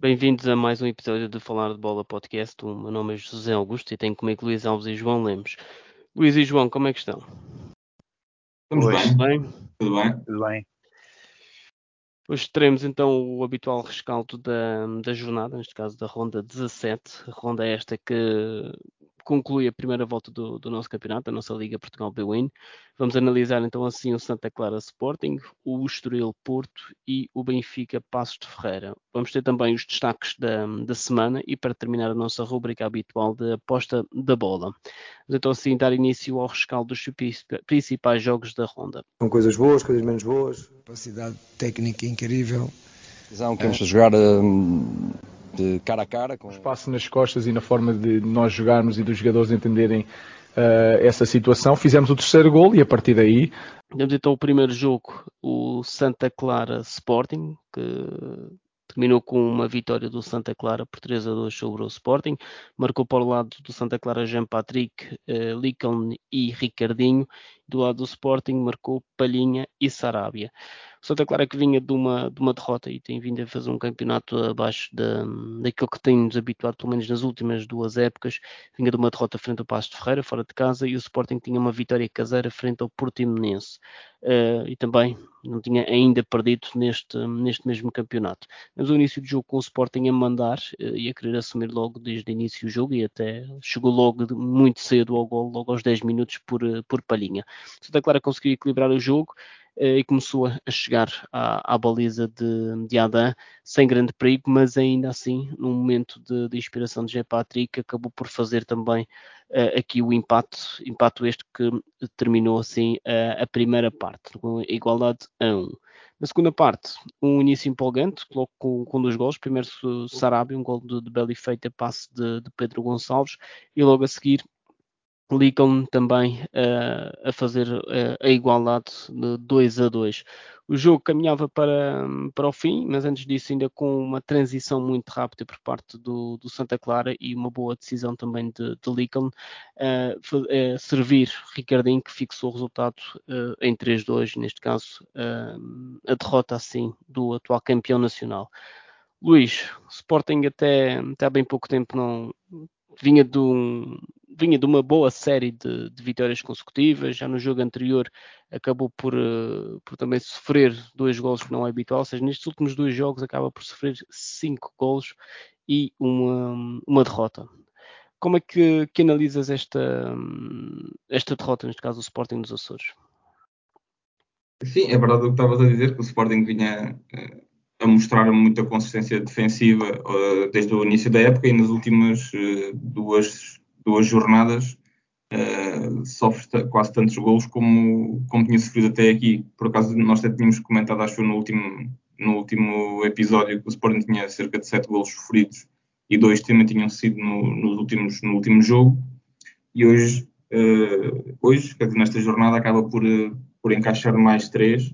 Bem-vindos a mais um episódio de Falar de Bola Podcast. O meu nome é José Augusto e tenho comigo Luís Alves e João Lemos. Luís e João, como é que estão? Estamos Hoje. bem, Bem? tudo bem. Tudo bem. Hoje teremos então o habitual rescaldo da jornada, neste caso da ronda 17. A ronda esta que conclui a primeira volta do nosso campeonato, da nossa Liga Portugal B-Win. Vamos analisar então assim o Santa Clara Sporting, o Estoril Porto e o Benfica Passos de Ferreira. Vamos ter também os destaques da semana e para terminar a nossa rubrica habitual de aposta da bola. Vamos então assim dar início ao rescaldo dos principais jogos da ronda. Com coisas boas, coisas menos boas. Capacidade técnica incrível. Que vamos jogar de cara a cara. Com espaço nas costas e na forma de nós jogarmos e dos jogadores entenderem essa situação. Fizemos o terceiro gol e a partir daí... Temos então o primeiro jogo, o Santa Clara Sporting, que terminou com uma vitória do Santa Clara por 3-2 sobre o Sporting. Marcou para o lado do Santa Clara Jean-Patrick, Lincoln e Ricardinho. Do lado do Sporting marcou Palhinha e Sarabia. O Santa Clara que vinha de uma derrota e tem vindo a fazer um campeonato abaixo daquilo que tem-nos habituado, pelo menos nas últimas duas épocas. Vinha de uma derrota frente ao Passos de Ferreira, fora de casa, e o Sporting tinha uma vitória caseira frente ao Portimonense. E também não tinha ainda perdido neste mesmo campeonato. Mas o início do jogo com o Sporting a mandar e a querer assumir logo desde o início do jogo e até chegou logo muito cedo ao gol, logo aos 10 minutos por Palhinha. Santa Clara conseguiu equilibrar o jogo e começou a chegar à baliza de Adam sem grande perigo, mas ainda assim num momento de inspiração de Jean-Patrick acabou por fazer também aqui o empate este que terminou assim a primeira parte, com igualdade a 1. Na segunda parte, um início empolgante, logo com 2 gols. Primeiro Sarabia, um gol de belo efeito a passe de Pedro Gonçalves, e logo a seguir Lincoln também a fazer a igualdade de 2-2. O jogo caminhava para o fim, mas antes disso ainda com uma transição muito rápida por parte do Santa Clara e uma boa decisão também de Lincoln, servir Ricardinho, que fixou o resultado em 3-2, neste caso a derrota assim do atual campeão nacional. Luís, o Sporting até há bem pouco tempo não vinha de uma boa série de vitórias consecutivas. Já no jogo anterior acabou por também sofrer 2 golos que não é habitual, ou seja, nestes últimos 2 jogos acaba por sofrer 5 golos e uma derrota. Como é que analisas esta derrota, neste caso o Sporting dos Açores? Sim, é verdade o que estavas a dizer, que o Sporting vinha a mostrar muita consistência defensiva desde o início da época, e nas últimas duas jornadas sofre quase tantos golos como tinha sofrido até aqui. Por acaso nós até tínhamos comentado, acho que no último episódio, que o Sporting tinha cerca de 7 golos sofridos e 2 também tinham sido no último jogo, e hoje, quer dizer, nesta jornada acaba por encaixar mais 3,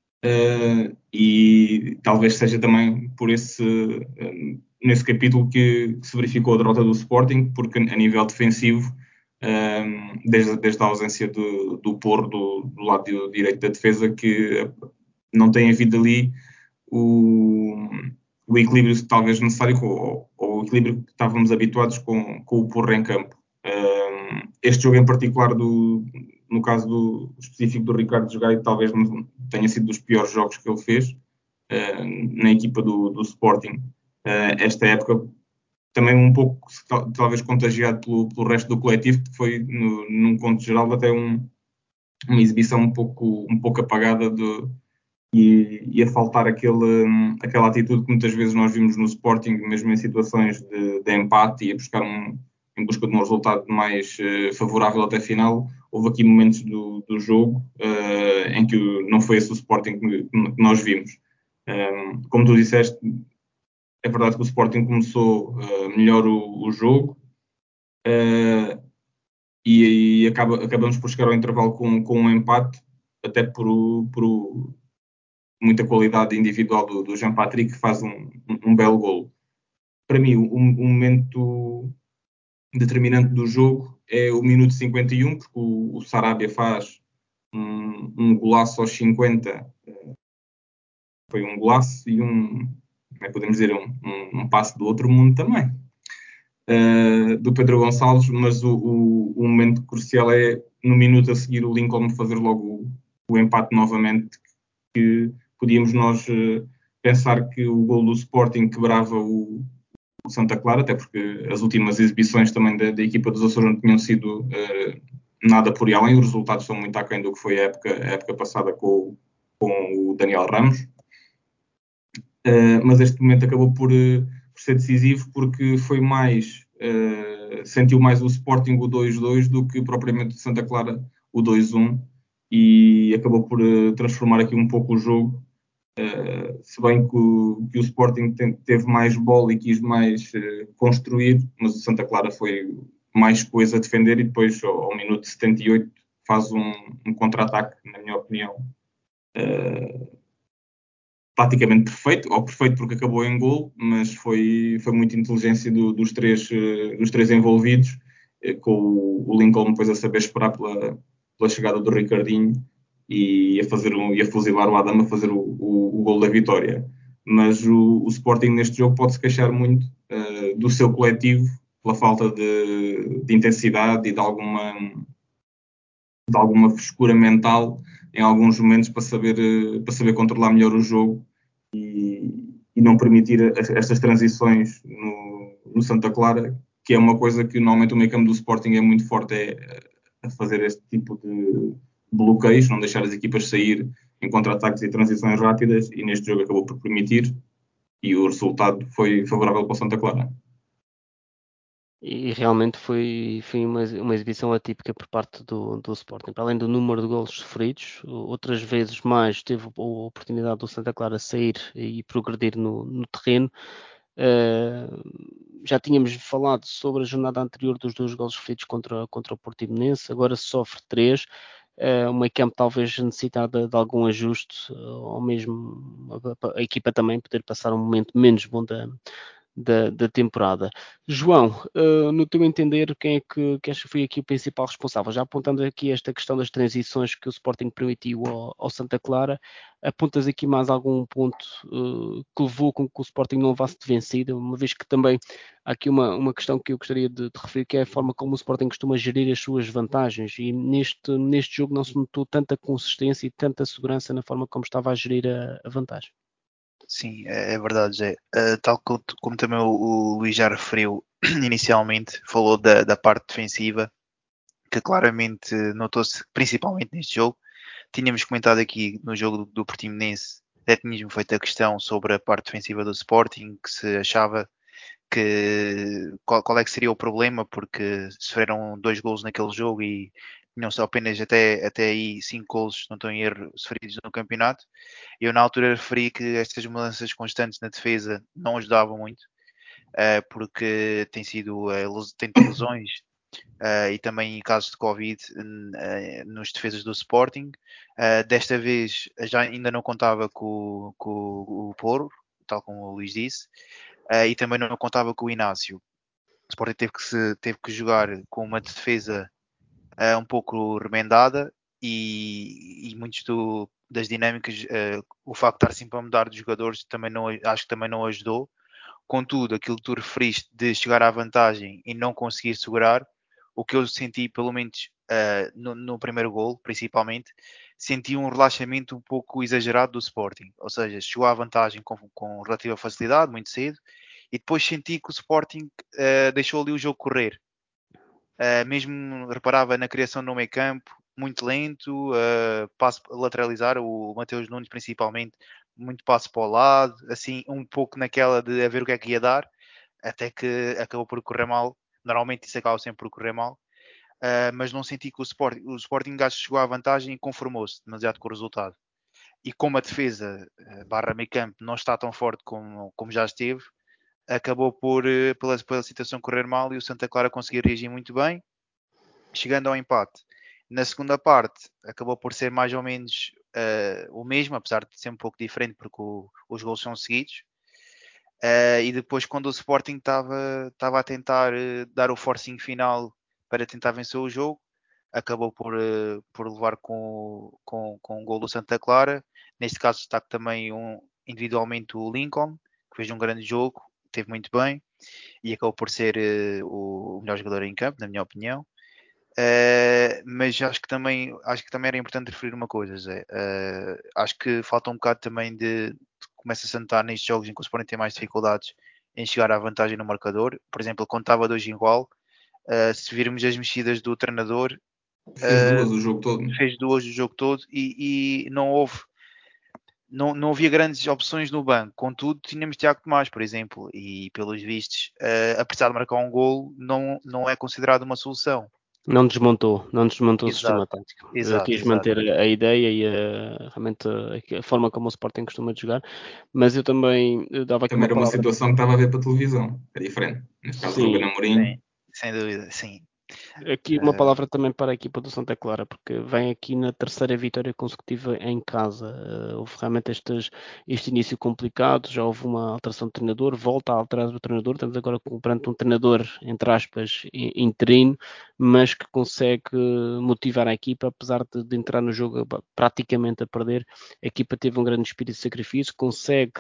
e talvez seja também por nesse capítulo que se verificou a derrota do Sporting, porque a nível defensivo, desde a ausência do Porro do lado direito da defesa, que não tem havido ali o equilíbrio talvez necessário, ou o equilíbrio que estávamos habituados com o Porro em campo. Este jogo em particular, no caso específico do Ricardo Gaio, talvez tenha sido dos piores jogos que ele fez na equipa do Sporting esta época, também um pouco talvez contagiado pelo resto do coletivo, que foi num conto geral até uma exibição um pouco apagada e a faltar aquela atitude que muitas vezes nós vimos no Sporting, mesmo em situações de empate e a buscar em busca de um resultado mais favorável até final. Houve aqui momentos do jogo em que não foi esse o Sporting que nós vimos. Como tu disseste, é verdade que o Sporting começou melhor o jogo e acabamos por chegar ao intervalo com um empate, até por muita qualidade individual do Jean-Patrick, que faz um belo golo. Para mim, o momento determinante do jogo é o minuto 51, porque o Sarabia faz um golaço aos 50. Foi um golaço e podemos dizer, um passe do outro mundo também, do Pedro Gonçalves, mas o momento crucial é, no minuto a seguir, o Lincoln fazer logo o empate novamente, que podíamos nós pensar que o gol do Sporting quebrava o Santa Clara, até porque as últimas exibições também da equipa dos Açores não tinham sido nada por aí além, os resultados são muito aquém do que foi a época passada com o Daniel Ramos. Mas este momento acabou por ser decisivo porque foi mais, sentiu mais o Sporting o 2-2 do que propriamente o Santa Clara o 2-1, e acabou por transformar aqui um pouco o jogo. Se bem que o Sporting teve mais bola e quis mais construir, mas o Santa Clara foi mais coisa a defender, e depois ao minuto 78 faz um contra-ataque, na minha opinião, praticamente perfeito, ou perfeito porque acabou em gol, mas foi muita inteligência dos três envolvidos, com o Lincoln depois a saber esperar pela chegada do Ricardinho e a fuzilar o Adam a fazer o gol da vitória. Mas o Sporting neste jogo pode se queixar muito do seu coletivo, pela falta de intensidade e de alguma frescura mental em alguns momentos para saber controlar melhor o jogo e não permitir estas transições no Santa Clara, que é uma coisa que normalmente o meio-campo do Sporting é muito forte, a fazer este tipo de bloqueios, não deixar as equipas sair em contra-ataques e transições rápidas, e neste jogo acabou por permitir, e o resultado foi favorável para o Santa Clara. E realmente foi uma exibição atípica por parte do Sporting. Para além do número de golos sofridos, outras vezes mais teve a oportunidade do Santa Clara sair e progredir no terreno. Já tínhamos falado sobre a jornada anterior dos 2 golos sofridos contra o Portimonense, agora sofre 3. O meio campo talvez necessitar de algum ajuste, ou mesmo a equipa também poder passar um momento menos bom da temporada. João, no teu entender, quem é que achas que foi aqui o principal responsável? Já apontando aqui esta questão das transições que o Sporting permitiu ao Santa Clara, apontas aqui mais algum ponto que levou com que o Sporting não levasse de vencida, uma vez que também há aqui uma questão que eu gostaria de referir, que é a forma como o Sporting costuma gerir as suas vantagens, e neste jogo não se notou tanta consistência e tanta segurança na forma como estava a gerir a vantagem. Sim, é verdade, Zé. Tal como também o Luís já referiu inicialmente, falou da parte defensiva, que claramente notou-se principalmente neste jogo. Tínhamos comentado aqui no jogo do Portimonense, até tínhamos feito a questão sobre a parte defensiva do Sporting, que se achava que qual é que seria o problema, porque sofreram 2 golos naquele jogo e tinham só apenas até aí 5 golos, não estou em erro, sofridos no campeonato. Eu na altura referi que estas mudanças constantes na defesa não ajudavam muito, porque tem tido lesões e também casos de Covid nos defesas do Sporting. Desta vez já ainda não contava com o Porro, tal como o Luís disse, e também não contava com o Inácio. O Sporting teve que jogar com uma defesa um pouco remendada e muitos das dinâmicas, o facto de estar sempre a mudar de jogadores acho que também não ajudou. Contudo, aquilo que tu referiste de chegar à vantagem e não conseguir segurar, o que eu senti, pelo menos no primeiro golo, principalmente, senti um relaxamento um pouco exagerado do Sporting. Ou seja, chegou à vantagem com relativa facilidade, muito cedo, e depois senti que o Sporting deixou ali o jogo correr. Mesmo reparava na criação no meio campo, muito lento, passo a lateralizar, o Mateus Nunes principalmente, muito passo para o lado, assim, um pouco naquela de a ver o que é que ia dar, até que acabou por correr mal. Normalmente isso acaba sempre por correr mal, mas não senti que o Sporting chegou à vantagem e conformou-se demasiado com o resultado. E como a defesa barra meio campo não está tão forte como já esteve, acabou pela situação correr mal e o Santa Clara conseguir reagir muito bem, chegando ao empate. Na segunda parte, acabou por ser mais ou menos o mesmo, apesar de ser um pouco diferente, porque os gols são seguidos. E depois, quando o Sporting estava a tentar dar o forcing final para tentar vencer o jogo, acabou por levar com um gol do Santa Clara. Neste caso, destaque também individualmente o Lincoln, que fez um grande jogo, esteve muito bem e acabou por ser o melhor jogador em campo, na minha opinião. Mas acho que também era importante referir uma coisa, Zé. Acho que falta um bocado também de começa a notar nestes jogos em que o Sporting tem mais dificuldades em chegar à vantagem no marcador. Por exemplo, quando estava 2 igual, se virmos as mexidas do treinador, Fez duas o jogo todo. fez duas o jogo todo e não havia grandes opções no banco. Contudo, tínhamos Tiago Tomás, por exemplo, e pelos vistos, apesar de marcar um gol, não é considerado uma solução. Não desmontou o Exato, sistema tático. exato, Quis exato. manter a ideia e realmente a forma como o Sporting costuma jogar, mas eu também dava aqui Também uma era uma palavra. situação que estava a ver para a televisão. É diferente. Neste caso, Sim, Ruben Amorim. Sem dúvida, sim. aqui uma palavra também para a equipa do Santa Clara, porque vem aqui na terceira vitória consecutiva em casa. Houve realmente este início complicado, já houve uma alteração de treinador, volta a alterar o treinador, estamos agora perante um treinador, entre aspas, interino, mas que consegue motivar a equipa, apesar de entrar no jogo praticamente a perder. A equipa teve um grande espírito de sacrifício, consegue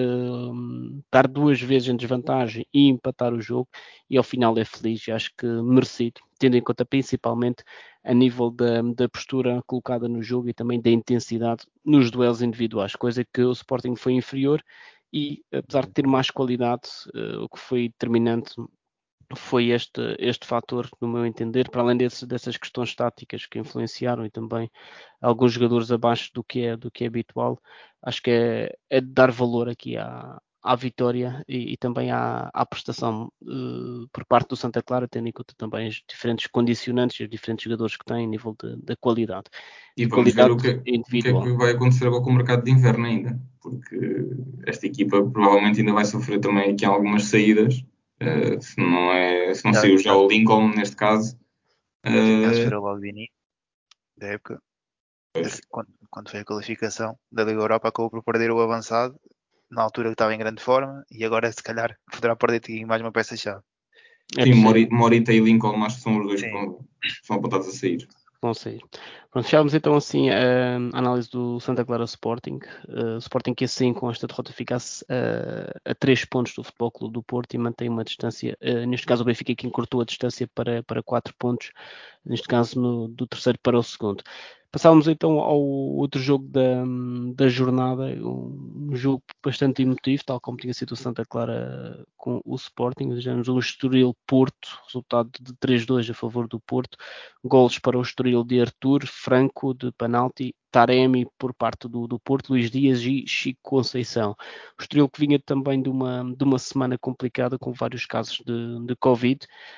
estar 2 vezes em desvantagem e empatar o jogo, e ao final é feliz, acho que merecido, tendo em conta principalmente a nível da postura colocada no jogo e também da intensidade nos duelos individuais, coisa que o Sporting foi inferior e, apesar de ter mais qualidade, o que foi determinante foi este fator, no meu entender, para além dessas questões táticas que influenciaram e também alguns jogadores abaixo do que é habitual. Acho que é de dar valor aqui à vitória e também à prestação por parte do Santa Clara, tendo em conta também os diferentes condicionantes e os diferentes jogadores que têm a nível da qualidade. E De vamos ver qualidade o que é individual. que vai acontecer agora com o mercado de inverno ainda. Porque esta equipa provavelmente ainda vai sofrer também aqui algumas saídas. Se não saiu já o Lincoln, neste caso. Já se logo de início da época. Quando foi a qualificação da Liga Europa, acabou por perder o avançado na altura que estava em grande forma e agora se calhar poderá perder aqui mais uma peça-chave. Sim, Morita e Lincoln acho que são os dois que são apontados a sair. Vão sair. Pronto, fechávamos então assim a análise do Santa Clara Sporting. Sporting que assim com esta derrota ficasse a 3 pontos do Futebol Clube do Porto e mantém uma distância, neste caso o Benfica que encurtou a distância para 4 pontos, neste caso do terceiro para o segundo. Passávamos então ao outro jogo da jornada, um jogo bastante emotivo, tal como tinha sido o Santa Clara com o Sporting, o Estoril Porto, resultado de 3-2 a favor do Porto, golos para o Estoril de Arthur, Franco de penalti, Taremi por parte do Porto, Luís Dias e Chico Conceição. O Estoril que vinha também de uma semana complicada com vários casos de Covid,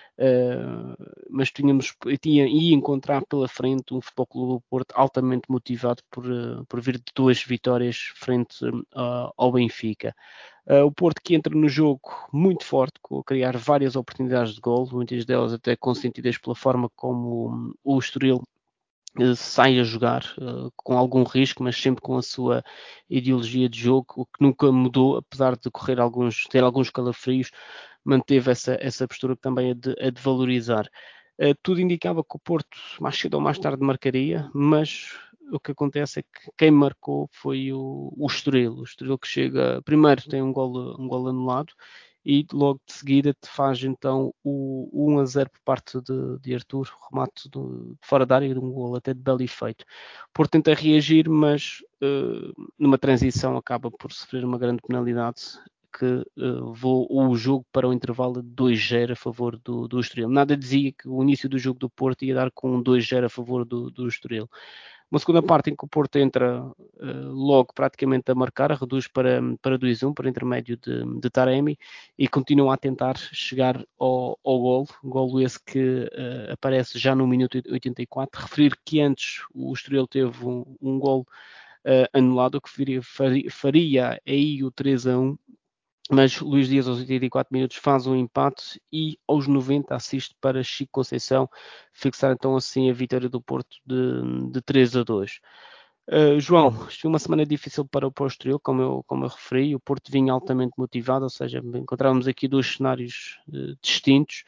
mas ia encontrar pela frente um Futebol Clube do Porto altamente motivado por vir de 2 vitórias frente ao Benfica. O Porto que entra no jogo muito forte, com a criar várias oportunidades de gol, muitas delas até consentidas pela forma como o Estoril sai a jogar com algum risco, mas sempre com a sua ideologia de jogo, o que nunca mudou, apesar de ter alguns calafrios, manteve essa postura que também é de valorizar. Tudo indicava que o Porto mais cedo ou mais tarde marcaria, mas o que acontece é que quem marcou foi o Estoril. O Estoril que chega, primeiro tem um gol anulado e logo de seguida te faz então o 1-0 por parte de Arthur, remate de fora da área, de um gol até de belo efeito. O Porto tenta reagir, mas numa transição acaba por sofrer uma grande penalidade que levou o jogo para o intervalo de 2-0 a favor do Estoril. Nada dizia que o início do jogo do Porto ia dar com um 2-0 a favor do Estoril. Uma segunda parte em que o Porto entra logo praticamente a marcar, reduz para 2-1, por intermédio de Taremi, e continua a tentar chegar ao golo esse que aparece já no minuto 84. Referir que antes o Estoril teve um golo anulado, que faria aí o 3-1, mas Luís Dias aos 84 minutos faz um empate e aos 90 assiste para Chico Conceição fixar então assim a vitória do Porto de 3-2. João, isto foi uma semana difícil para o Estoril, como eu referi. O Porto vinha altamente motivado, ou seja, encontrávamos aqui 2 cenários distintos.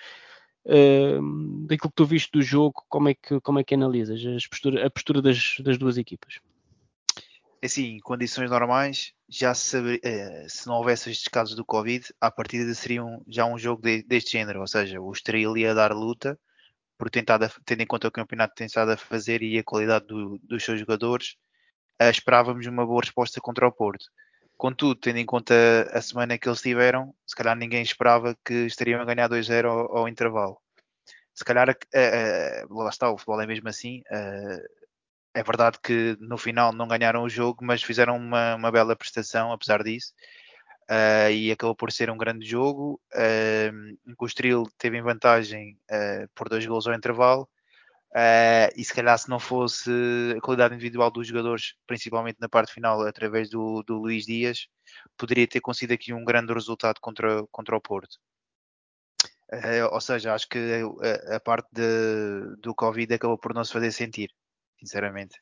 Daquilo que tu viste do jogo, como é que analisas a postura das 2 equipas? Assim, em condições normais, já se não houvesse estes casos do Covid, à partida seria já um jogo deste género, ou seja, o Estoril ia dar luta, por tendo em conta o campeonato que tem estado a fazer e a qualidade dos seus jogadores, esperávamos uma boa resposta contra o Porto. Contudo, tendo em conta a semana que eles tiveram, se calhar ninguém esperava que estariam a ganhar 2-0 ao intervalo. Se calhar, lá está, o futebol é mesmo assim. É verdade que no final não ganharam o jogo, mas fizeram uma bela prestação, apesar disso. E acabou por ser um grande jogo. O Estoril teve em vantagem por 2 gols ao intervalo. E se calhar se não fosse a qualidade individual dos jogadores, principalmente na parte final, através do Luís Dias, poderia ter conseguido aqui um grande resultado contra o Porto. Ou seja, acho que a parte do Covid acabou por não se fazer sentir, sinceramente.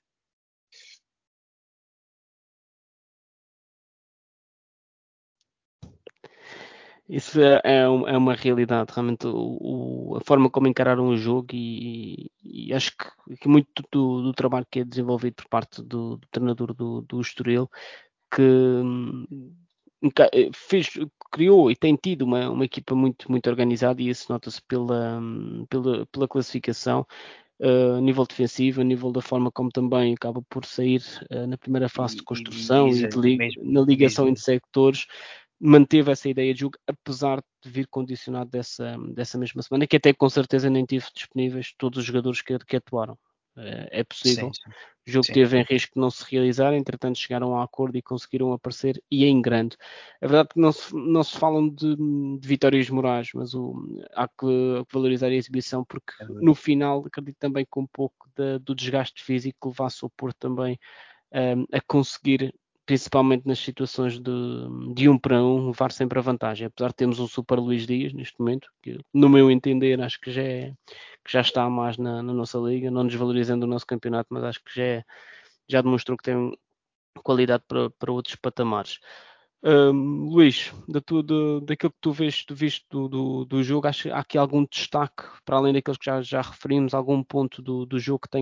Isso é uma realidade, realmente a forma como encararam o jogo e acho que muito do trabalho que é desenvolvido por parte do treinador do Estoril, que criou e tem tido uma equipa muito organizada, e isso nota-se pela classificação, a nível defensivo, a nível da forma como também acaba por sair na primeira fase de construção e na ligação entre sectores. Manteve essa ideia de jogo, apesar de vir condicionado dessa mesma semana, que até com certeza nem tive disponíveis todos os jogadores que atuaram. É possível. Sim. O jogo teve em risco de não se realizar, entretanto chegaram a acordo e conseguiram aparecer, e em grande. É verdade que não se falam de vitórias morais, mas há que valorizar a exibição, porque no final acredito também que um pouco do desgaste físico que levasse o Porto também a conseguir, principalmente nas situações de 1 para 1, levar sempre a vantagem. Apesar de termos um super Luís Dias neste momento, que no meu entender acho que já está mais na nossa liga, não desvalorizando o nosso campeonato, mas acho que já demonstrou que tem qualidade para outros patamares. Luís, daquilo que tu viste do jogo, há aqui algum destaque, para além daqueles que já referimos, algum ponto do jogo que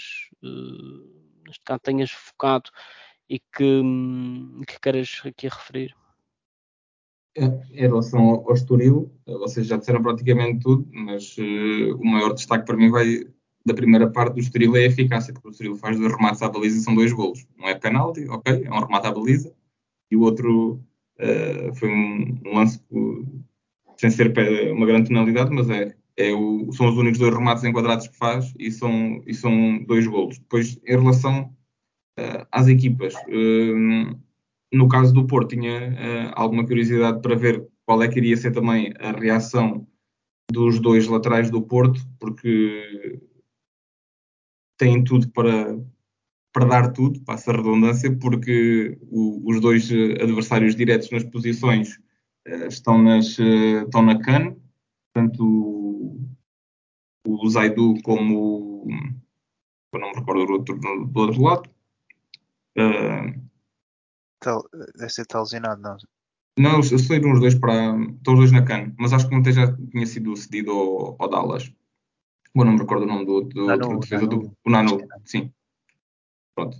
neste caso tenhas focado e que queiras aqui referir? Em relação ao Estoril, vocês já disseram praticamente tudo, mas o maior destaque para mim vai da primeira parte do Estoril é a eficácia, porque o Estoril faz 2 remates à baliza e são 2 golos. Não é penalti, ok, é um remate à baliza, e o outro foi um lance sem ser uma grande penalidade, mas são os únicos 2 remates enquadrados que faz e são 2 golos. Depois, em relação às equipas, no caso do Porto, tinha alguma curiosidade para ver qual é que iria ser também a reação dos 2 laterais do Porto, porque têm tudo para dar tudo, passa a redundância, porque os 2 adversários diretos nas posições estão na CAN, tanto o Zaidu como eu não me recordo do outro lado. Deve ser tal lesionado, não? Não, eu saíram os 2 estão os 2 na CAN, mas acho que um já tinha sido cedido ao Dallas. Eu não me recordo o nome do outro defesa, o Nanu, sim. Pronto.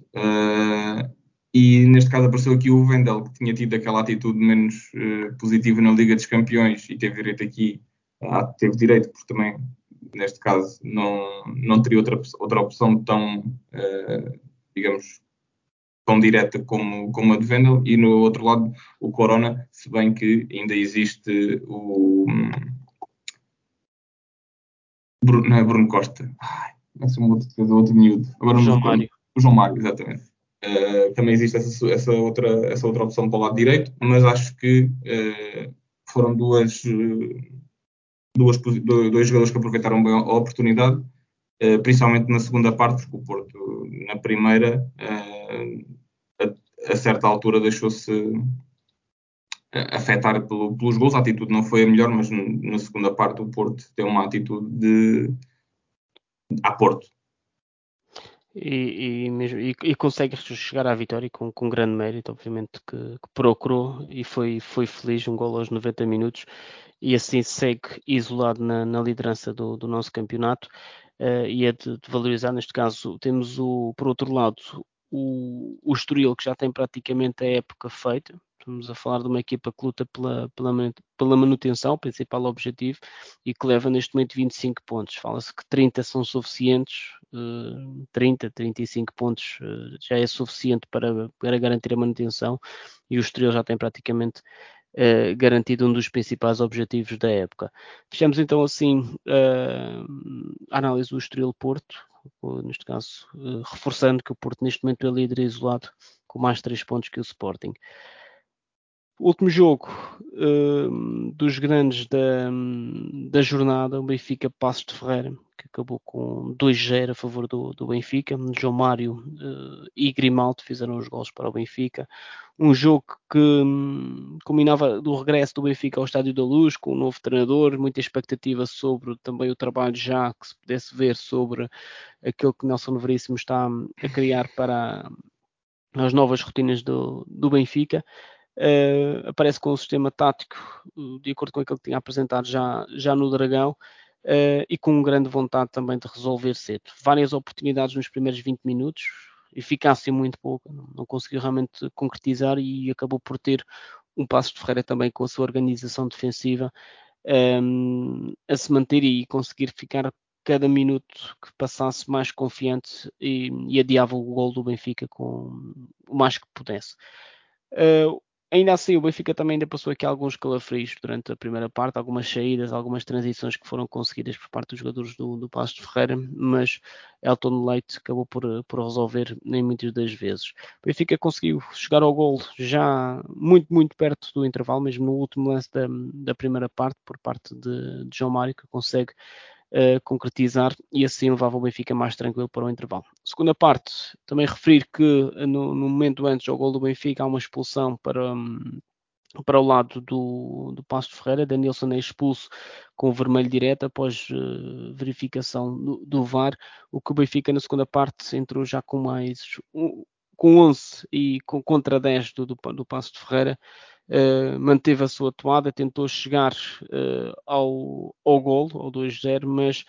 E neste caso apareceu aqui o Wendel, que tinha tido aquela atitude menos positiva na Liga dos Campeões e teve direito aqui, teve direito, porque também, neste caso, não teria outra opção tão, digamos, tão direta como a de Wendel. E no outro lado, o Corona, se bem que ainda existe o Bruno, não é Bruno Costa. Esse é um outro miúdo. Agora João Mário. O João Mário, exatamente. Também existe essa outra opção para o lado direito, mas acho que foram dois jogadores que aproveitaram bem a oportunidade, principalmente na segunda parte, porque o Porto, na primeira, a certa altura, deixou-se afetar pelos gols. A atitude não foi a melhor, mas na segunda parte o Porto tem uma atitude a Porto. E consegue chegar à vitória com grande mérito, obviamente que procurou e foi feliz, um gol aos 90 minutos, e assim segue isolado na liderança do nosso campeonato. E é de valorizar, neste caso temos por outro lado o Estoril, que já tem praticamente a época feita. Estamos a falar de uma equipa que luta pela manutenção, principal objetivo, e que leva neste momento 25 pontos. Fala-se que 30 são suficientes, 35 pontos já é suficiente para garantir a manutenção, e o Estoril já tem praticamente garantido um dos principais objetivos da época. Fechamos então assim a análise do Estoril Porto, neste caso reforçando que o Porto neste momento é líder isolado com mais 3 pontos que o Sporting. O último jogo dos grandes da jornada, o Benfica Passos de Ferreira, que acabou com 2-0 a favor do Benfica. João Mário e Grimaldo fizeram os gols para o Benfica. Um jogo que culminava do regresso do Benfica ao Estádio da Luz, com um novo treinador, muita expectativa sobre também o trabalho já que se pudesse ver sobre aquilo que Nelson Veríssimo está a criar para as novas rotinas do Benfica. Aparece com um sistema tático de acordo com aquilo que tinha apresentado já no Dragão, e com grande vontade também de resolver cedo. Várias oportunidades nos primeiros 20 minutos, eficácia muito pouca, não conseguiu realmente concretizar e acabou por ter um Passos de Ferreira também com a sua organização defensiva a se manter e conseguir ficar cada minuto que passasse mais confiante e adiava o gol do Benfica com o mais que pudesse. Ainda assim, o Benfica também ainda passou aqui alguns calafrios durante a primeira parte, algumas saídas, algumas transições que foram conseguidas por parte dos jogadores do Passos de Ferreira, mas Elton Leite acabou por resolver nem muitas das vezes. O Benfica conseguiu chegar ao gol já muito perto do intervalo, mesmo no último lance da primeira parte, por parte de João Mário, que consegue concretizar e assim levava o Benfica mais tranquilo para o intervalo. Segunda parte, também referir que no momento antes ao gol do Benfica há uma expulsão para o lado do Passos de Ferreira. Denilson é expulso com o vermelho direto após verificação do VAR, o que o Benfica na segunda parte entrou já com mais com 11 e contra 10 do Passos de Ferreira. Manteve a sua atuada, tentou chegar ao golo, ao 2-0, mas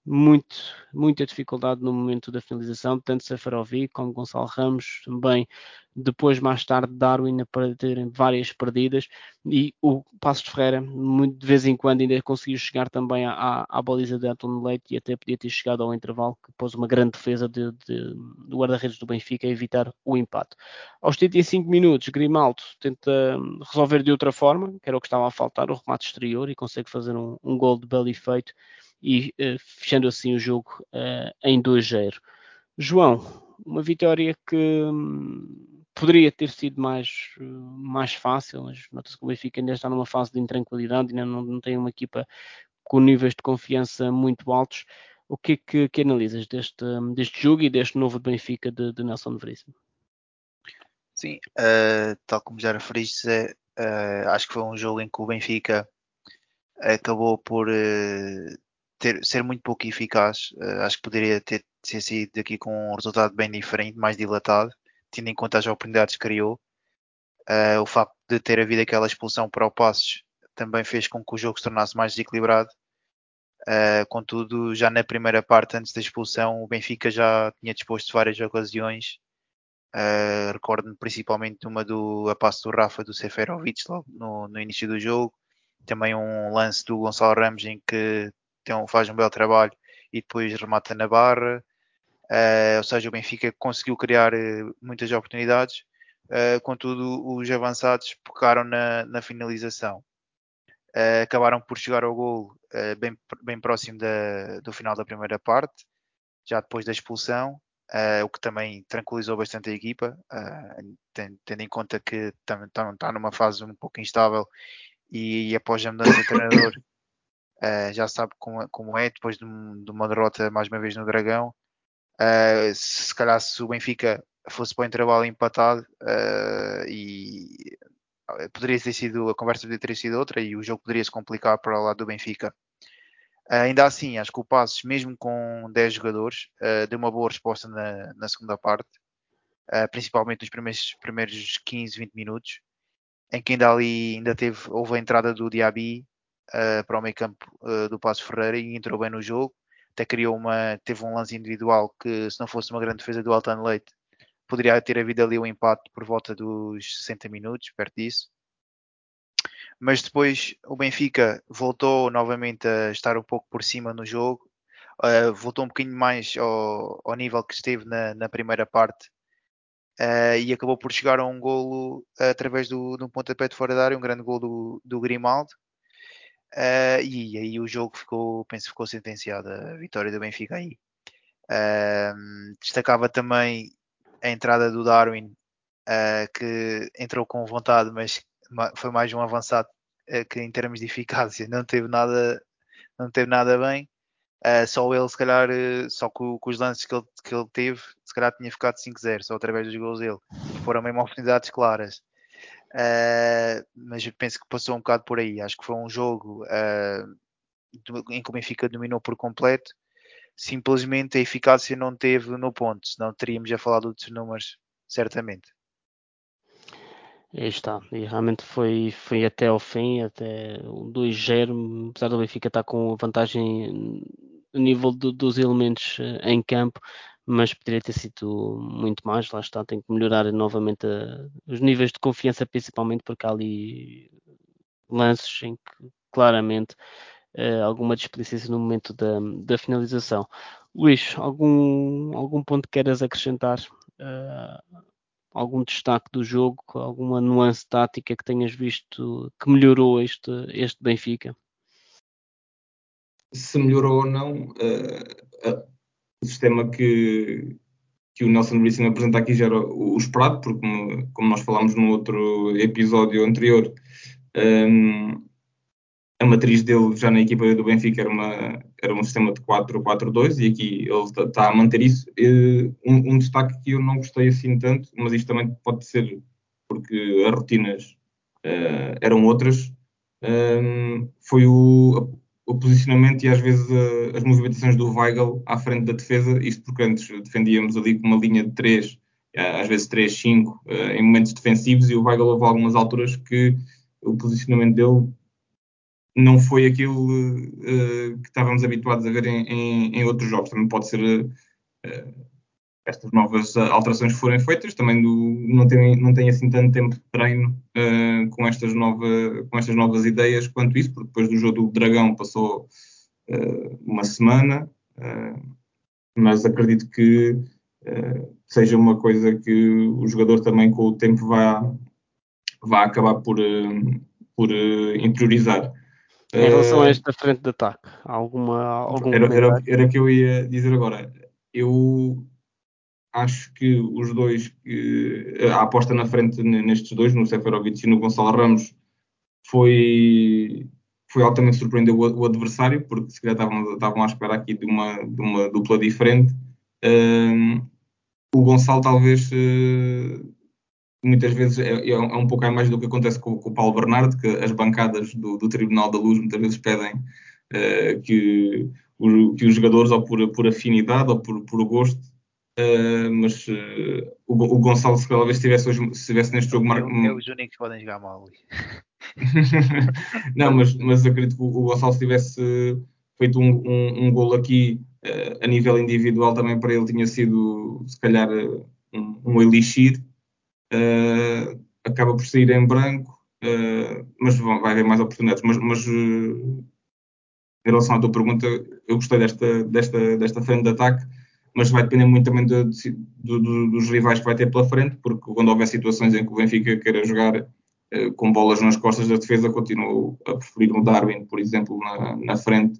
muita dificuldade no momento da finalização, tanto Seferovic como Gonçalo Ramos, também depois mais tarde Darwin a terem várias perdidas, e o Passos de Ferreira de vez em quando ainda conseguiu chegar também à baliza de Elton Leite e até podia ter chegado ao intervalo, que pôs uma grande defesa do guarda-redes do Benfica a evitar o empate. Aos 75 minutos, Grimaldo tenta resolver de outra forma, que era o que estava a faltar, o remate exterior, e consegue fazer um gol de belo efeito, e fechando assim o jogo em 2-0. João, uma vitória que poderia ter sido mais fácil, mas nota-se que o Benfica ainda está numa fase de intranquilidade, ainda não tem uma equipa com níveis de confiança muito altos. O que é que analisas deste jogo e deste novo Benfica de Nelson Veríssimo? Sim, tal como já referiste, acho que foi um jogo em que o Benfica acabou por ser muito pouco eficaz. Acho que poderia ter sido aqui com um resultado bem diferente, mais dilatado, tendo em conta as oportunidades que criou. O facto de ter havido aquela expulsão para o Passos também fez com que o jogo se tornasse mais desequilibrado. Contudo, já na primeira parte, antes da expulsão, o Benfica já tinha disposto várias ocasiões. Recordo-me principalmente de uma a passe do Rafa do Seferovic logo no início do jogo. Também um lance do Gonçalo Ramos em que faz um belo trabalho e depois remata na barra. Ou seja, o Benfica conseguiu criar muitas oportunidades, contudo os avançados pecaram na finalização. Acabaram por chegar ao golo bem próximo do final da primeira parte, já depois da expulsão, o que também tranquilizou bastante a equipa, tendo em conta que está numa fase um pouco instável e após a mudança de treinador já sabe como é, depois de uma derrota mais uma vez no Dragão. Se calhar se o Benfica fosse para o intervalo empatado, e poderia ter sido, a conversa poderia ter sido outra e o jogo poderia se complicar para o lado do Benfica. Ainda assim, acho que o Passos, mesmo com 10 jogadores, deu uma boa resposta na segunda parte, principalmente nos primeiros 15, 20 minutos, em que houve a entrada do Diaby para o meio campo do Passos Ferreira e entrou bem no jogo. Até teve um lance individual que, se não fosse uma grande defesa do Elton Leite, poderia ter havido ali um empate por volta dos 60 minutos, perto disso. Mas depois o Benfica voltou novamente a estar um pouco por cima no jogo, voltou um bocadinho mais ao nível que esteve na primeira parte, e acabou por chegar a um golo através de um pontapé de fora da área, um grande golo do Grimaldo. E aí o jogo penso que ficou sentenciado, a vitória do Benfica aí. Destacava também a entrada do Darwin, que entrou com vontade, mas foi mais um avançado que em termos de eficácia não teve nada bem. Só ele, se calhar, só com os lances que ele teve, se calhar tinha ficado 5-0, só através dos gols dele. Foram mesmo oportunidades claras. Mas eu penso que passou um bocado por aí. Acho que foi um jogo em que o Benfica dominou por completo. Simplesmente a eficácia não teve no ponto, senão teríamos já falado de outros números, certamente. Aí está, e realmente foi até ao fim, até o 2-0, apesar do Benfica estar com vantagem a nível dos elementos em campo, mas poderia ter sido muito mais. Lá está, tem que melhorar novamente os níveis de confiança, principalmente porque há ali lances em que claramente alguma displicência no momento da finalização. Luís, algum ponto que queiras acrescentar? Algum destaque do jogo, alguma nuance tática que tenhas visto que melhorou este Benfica? Se melhorou ou não, o sistema que o Nelson Veríssimo apresenta aqui já era o esperado, porque como nós falámos no outro episódio anterior, a matriz dele já na equipa do Benfica era um sistema de 4-4-2 e aqui ele está a manter isso. Um destaque que eu não gostei assim tanto, mas isto também pode ser porque as rotinas eram outras, foi o posicionamento e às vezes as movimentações do Weigl à frente da defesa, isto porque antes defendíamos ali com uma linha de 3, às vezes 3-5 em momentos defensivos, e o Weigl houve algumas alturas que o posicionamento dele não foi aquilo que estávamos habituados a ver em outros jogos. Também pode ser estas novas alterações que forem feitas, também não tem assim tanto tempo de treino com estas novas ideias quanto isso, porque depois do jogo do Dragão passou uma semana, mas acredito que seja uma coisa que o jogador também com o tempo vai acabar por interiorizar. Em relação a esta frente de ataque, algum comentário? Era que eu ia dizer agora. Eu acho que os dois, a aposta na frente nestes dois, no Seferovic e no Gonçalo Ramos, foi altamente surpreender o adversário, porque se calhar estavam à espera aqui de uma dupla diferente. O Gonçalo talvez muitas vezes é um pouco mais do que acontece com o Paulo Bernardo, que as bancadas do Tribunal da Luz muitas vezes pedem que os jogadores, ou por afinidade ou por gosto, mas o Gonçalo, se talvez estivesse neste jogo... É os únicos que podem jogar mal. Não, mas acredito que o Gonçalo, se tivesse feito um golo aqui a nível individual, também para ele tinha sido, se calhar, um elixir. Acaba por sair em branco, mas vai haver mais oportunidades. Mas em relação à tua pergunta, eu gostei desta frente de ataque, mas vai depender muito também dos rivais que vai ter pela frente, porque quando houver situações em que o Benfica queira jogar com bolas nas costas da defesa, continuo a preferir o Darwin, por exemplo, na frente,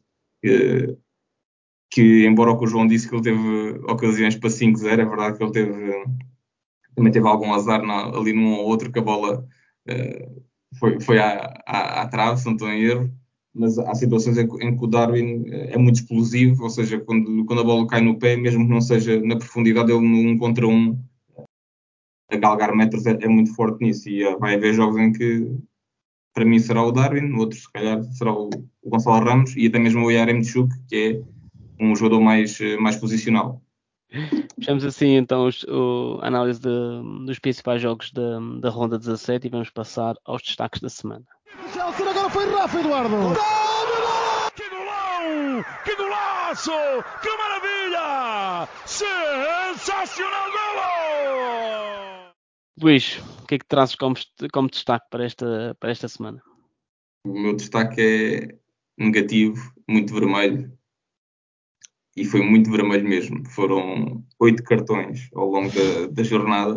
que embora o que o João disse que ele teve ocasiões para 5-0, é verdade que ele também teve algum azar ali num ou outro, que a bola foi à trave, se não estou em erro, mas há situações em que o Darwin é muito explosivo, ou seja, quando a bola cai no pé, mesmo que não seja na profundidade, ele no 1 contra 1 a galgar metros é muito forte nisso, e vai haver jogos em que para mim será o Darwin, no outro se calhar será o Gonçalo Ramos e até mesmo o Yaremchuk, que é um jogador mais posicional. Fechamos assim então a análise dos principais jogos da ronda 17 e vamos passar aos destaques da semana. Agora foi Rafa Eduardo! Que golaço! Que maravilha! Sensacional golo! Luís, o que é que trazes como destaque para esta semana? O meu destaque é negativo, muito vermelho. E foi muito vermelho mesmo. Foram 8 cartões ao longo da jornada.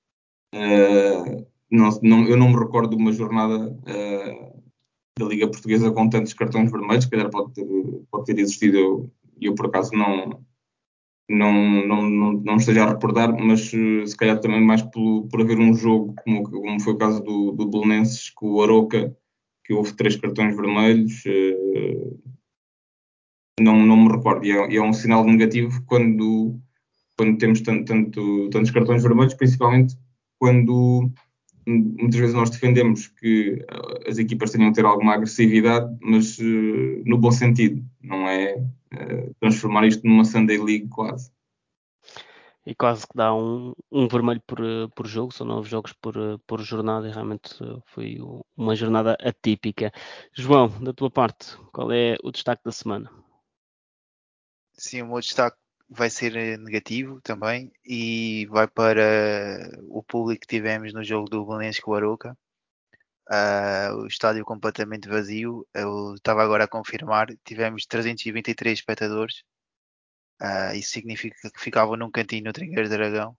Eu não me recordo de uma jornada da Liga Portuguesa com tantos cartões vermelhos. Se calhar pode ter existido. Eu por acaso não esteja a recordar, mas se calhar também mais por haver um jogo, como foi o caso do Belenenses com o Aroca, que houve 3 cartões vermelhos. Não me recordo. E é um sinal negativo quando temos tantos cartões vermelhos, principalmente quando muitas vezes nós defendemos que as equipas tenham que ter alguma agressividade, mas no bom sentido, não é transformar isto numa Sunday League quase. E quase que dá um vermelho por jogo, são 9 jogos por jornada e realmente foi uma jornada atípica. João, da tua parte, qual é o destaque da semana? Sim, o meu destaque vai ser negativo também e vai para o público que tivemos no jogo do Belenenses com o Aroca. O estádio completamente vazio. Eu estava agora a confirmar, tivemos 323 espectadores. Isso significa que ficavam num cantinho no Trinqueiro de Dragão.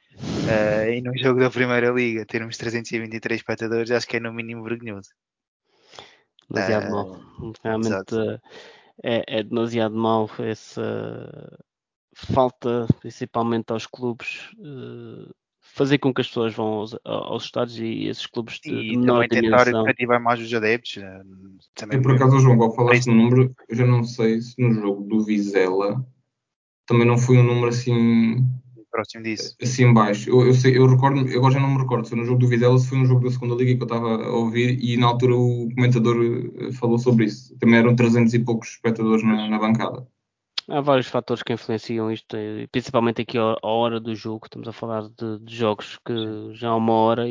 E no jogo da Primeira Liga, termos 323 espectadores, acho que é no mínimo vergonhoso. Demasiado mal. Realmente é demasiado mal essa falta, principalmente aos clubes, fazer com que as pessoas vão aos estádios e esses clubes de menor também tentar dimensão. cativar mais os adeptos. Também Por acaso, João, qual falaste no número, eu já não sei se no jogo do Vizela também não foi um número assim próximo disso. Assim baixo. Eu recordo, agora já não me recordo se foi no jogo do Vizela, se foi um jogo da segunda Liga que eu estava a ouvir e na altura o comentador falou sobre isso. Também eram 300 e poucos espectadores na bancada. Há vários fatores que influenciam isto, principalmente aqui a hora do jogo. Estamos a falar de jogos que já há uma hora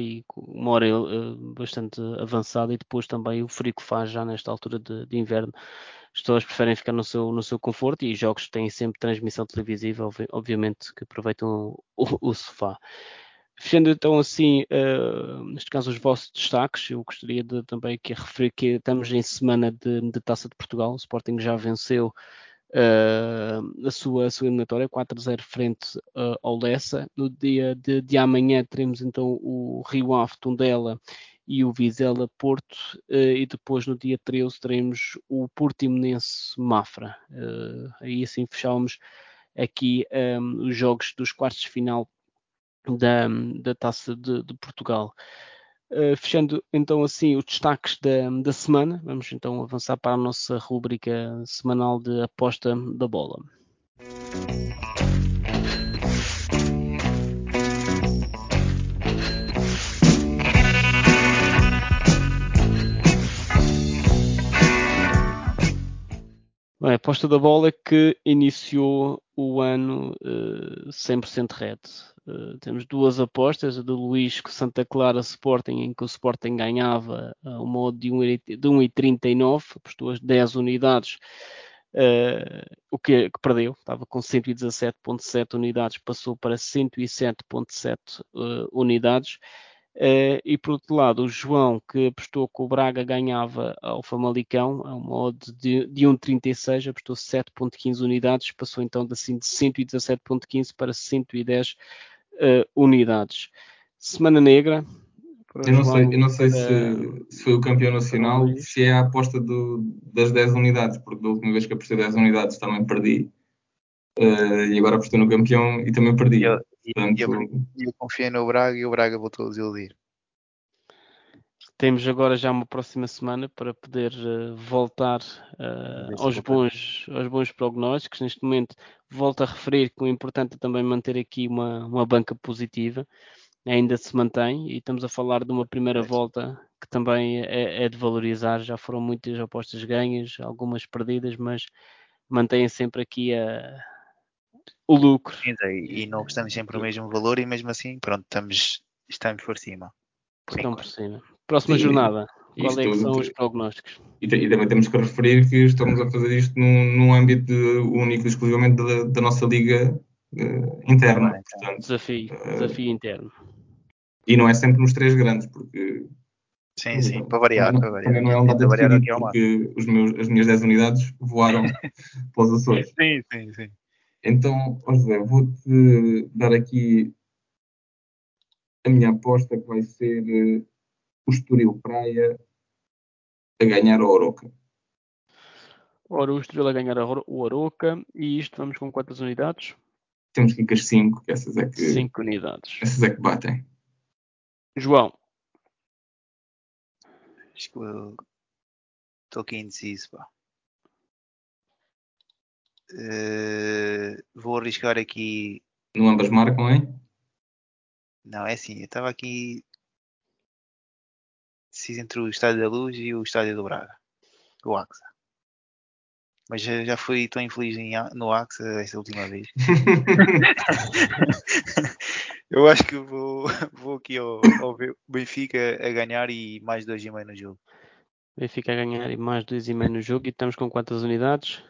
bastante avançada e depois também o frio que faz já nesta altura de inverno. As pessoas preferem ficar no seu conforto e jogos têm sempre transmissão televisiva, obviamente que aproveitam o sofá. Fechando então assim, neste caso os vossos destaques, eu gostaria também aqui a referir que estamos em semana de Taça de Portugal. O Sporting já venceu a sua eliminatória 4-0 frente ao Lessa. No dia de amanhã teremos então o Rio Ave Tondela e o Vizela Porto, e depois no dia 13 teremos o Portimonense Mafra. Aí assim fechamos aqui os jogos dos quartos de final da Taça de Portugal. Fechando então assim os destaques da semana, vamos então avançar para a nossa rúbrica semanal de aposta da bola. Bem, a aposta da bola que iniciou o ano 100% red. Temos duas apostas, a do Luís com Santa Clara Sporting, em que o Sporting ganhava a uma odd de 1,39, apostou as 10 unidades, o que perdeu, estava com 117,7 unidades, passou para 107,7 unidades. E por outro lado, o João, que apostou que o Braga ganhava ao Famalicão, a uma odd de 1,36, apostou 7,15 unidades, passou então assim de 117,15 para 110 unidades. Semana Negra. Eu não sei se foi o campeão nacional, se é a aposta das 10 unidades, porque da última vez que apostei 10 unidades também perdi. E agora apostei no campeão e também perdi. Eu confiei no Braga e o Braga voltou a desiludir. Temos agora já uma próxima semana para poder voltar aos bons prognósticos. Neste momento, volto a referir que o importante é também manter aqui uma banca positiva. Ainda se mantém e estamos a falar de uma primeira volta que também é de valorizar. Já foram muitas apostas ganhas, algumas perdidas, mas mantém sempre aqui o lucro. E não apostamos sempre o mesmo valor e mesmo assim, pronto, estamos por cima. Estão por cima. Próxima jornada. Qual é que são os prognósticos? E também temos que referir que estamos a fazer isto num âmbito único e exclusivamente da nossa liga interna. Portanto, desafio interno. E não é sempre nos 3 grandes, porque... Sim, para variar. Também não é um dado definido, porque as minhas 10 unidades voaram para os Açores. Sim. Então, José, vou-te dar aqui a minha aposta, que vai ser o Estoril Praia a ganhar a Oroca. Ora, o Estoril a ganhar o Aroca, e isto vamos com quantas unidades? Temos que ir com as 5, que essas é que... 5 unidades. Essas é que batem. João. Acho que estou aqui indeciso, pá. Vou arriscar aqui. Não ambas marcam, hein? Não, é assim, eu estava aqui deciso entre o Estádio da Luz e o Estádio do Braga, o AXA. Mas já fui tão infeliz no AXA esta última vez. Eu acho que vou aqui ao Benfica a ganhar e mais 2,5 no jogo. Benfica a ganhar e mais 2,5 no jogo. E estamos com quantas unidades?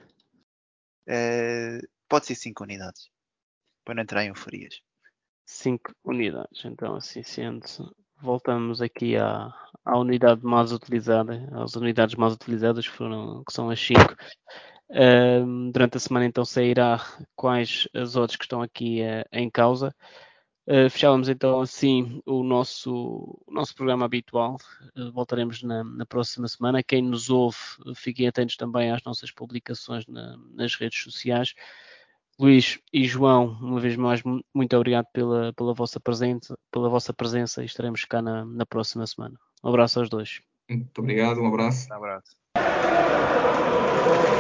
Pode ser 5 unidades. Para não entrar em euforias. 5 unidades. Então, assim sendo, voltamos aqui à unidade mais utilizada. Às unidades mais utilizadas, que são as 5. Durante a semana então sairá quais as odds que estão aqui em causa. Fechávamos então assim o nosso programa habitual. Voltaremos na próxima semana. Quem nos ouve, fiquem atentos também às nossas publicações nas redes sociais. Luís e João, uma vez mais, muito obrigado pela vossa presença, e estaremos cá na próxima semana. Um abraço aos dois. Muito obrigado, um abraço. Um abraço.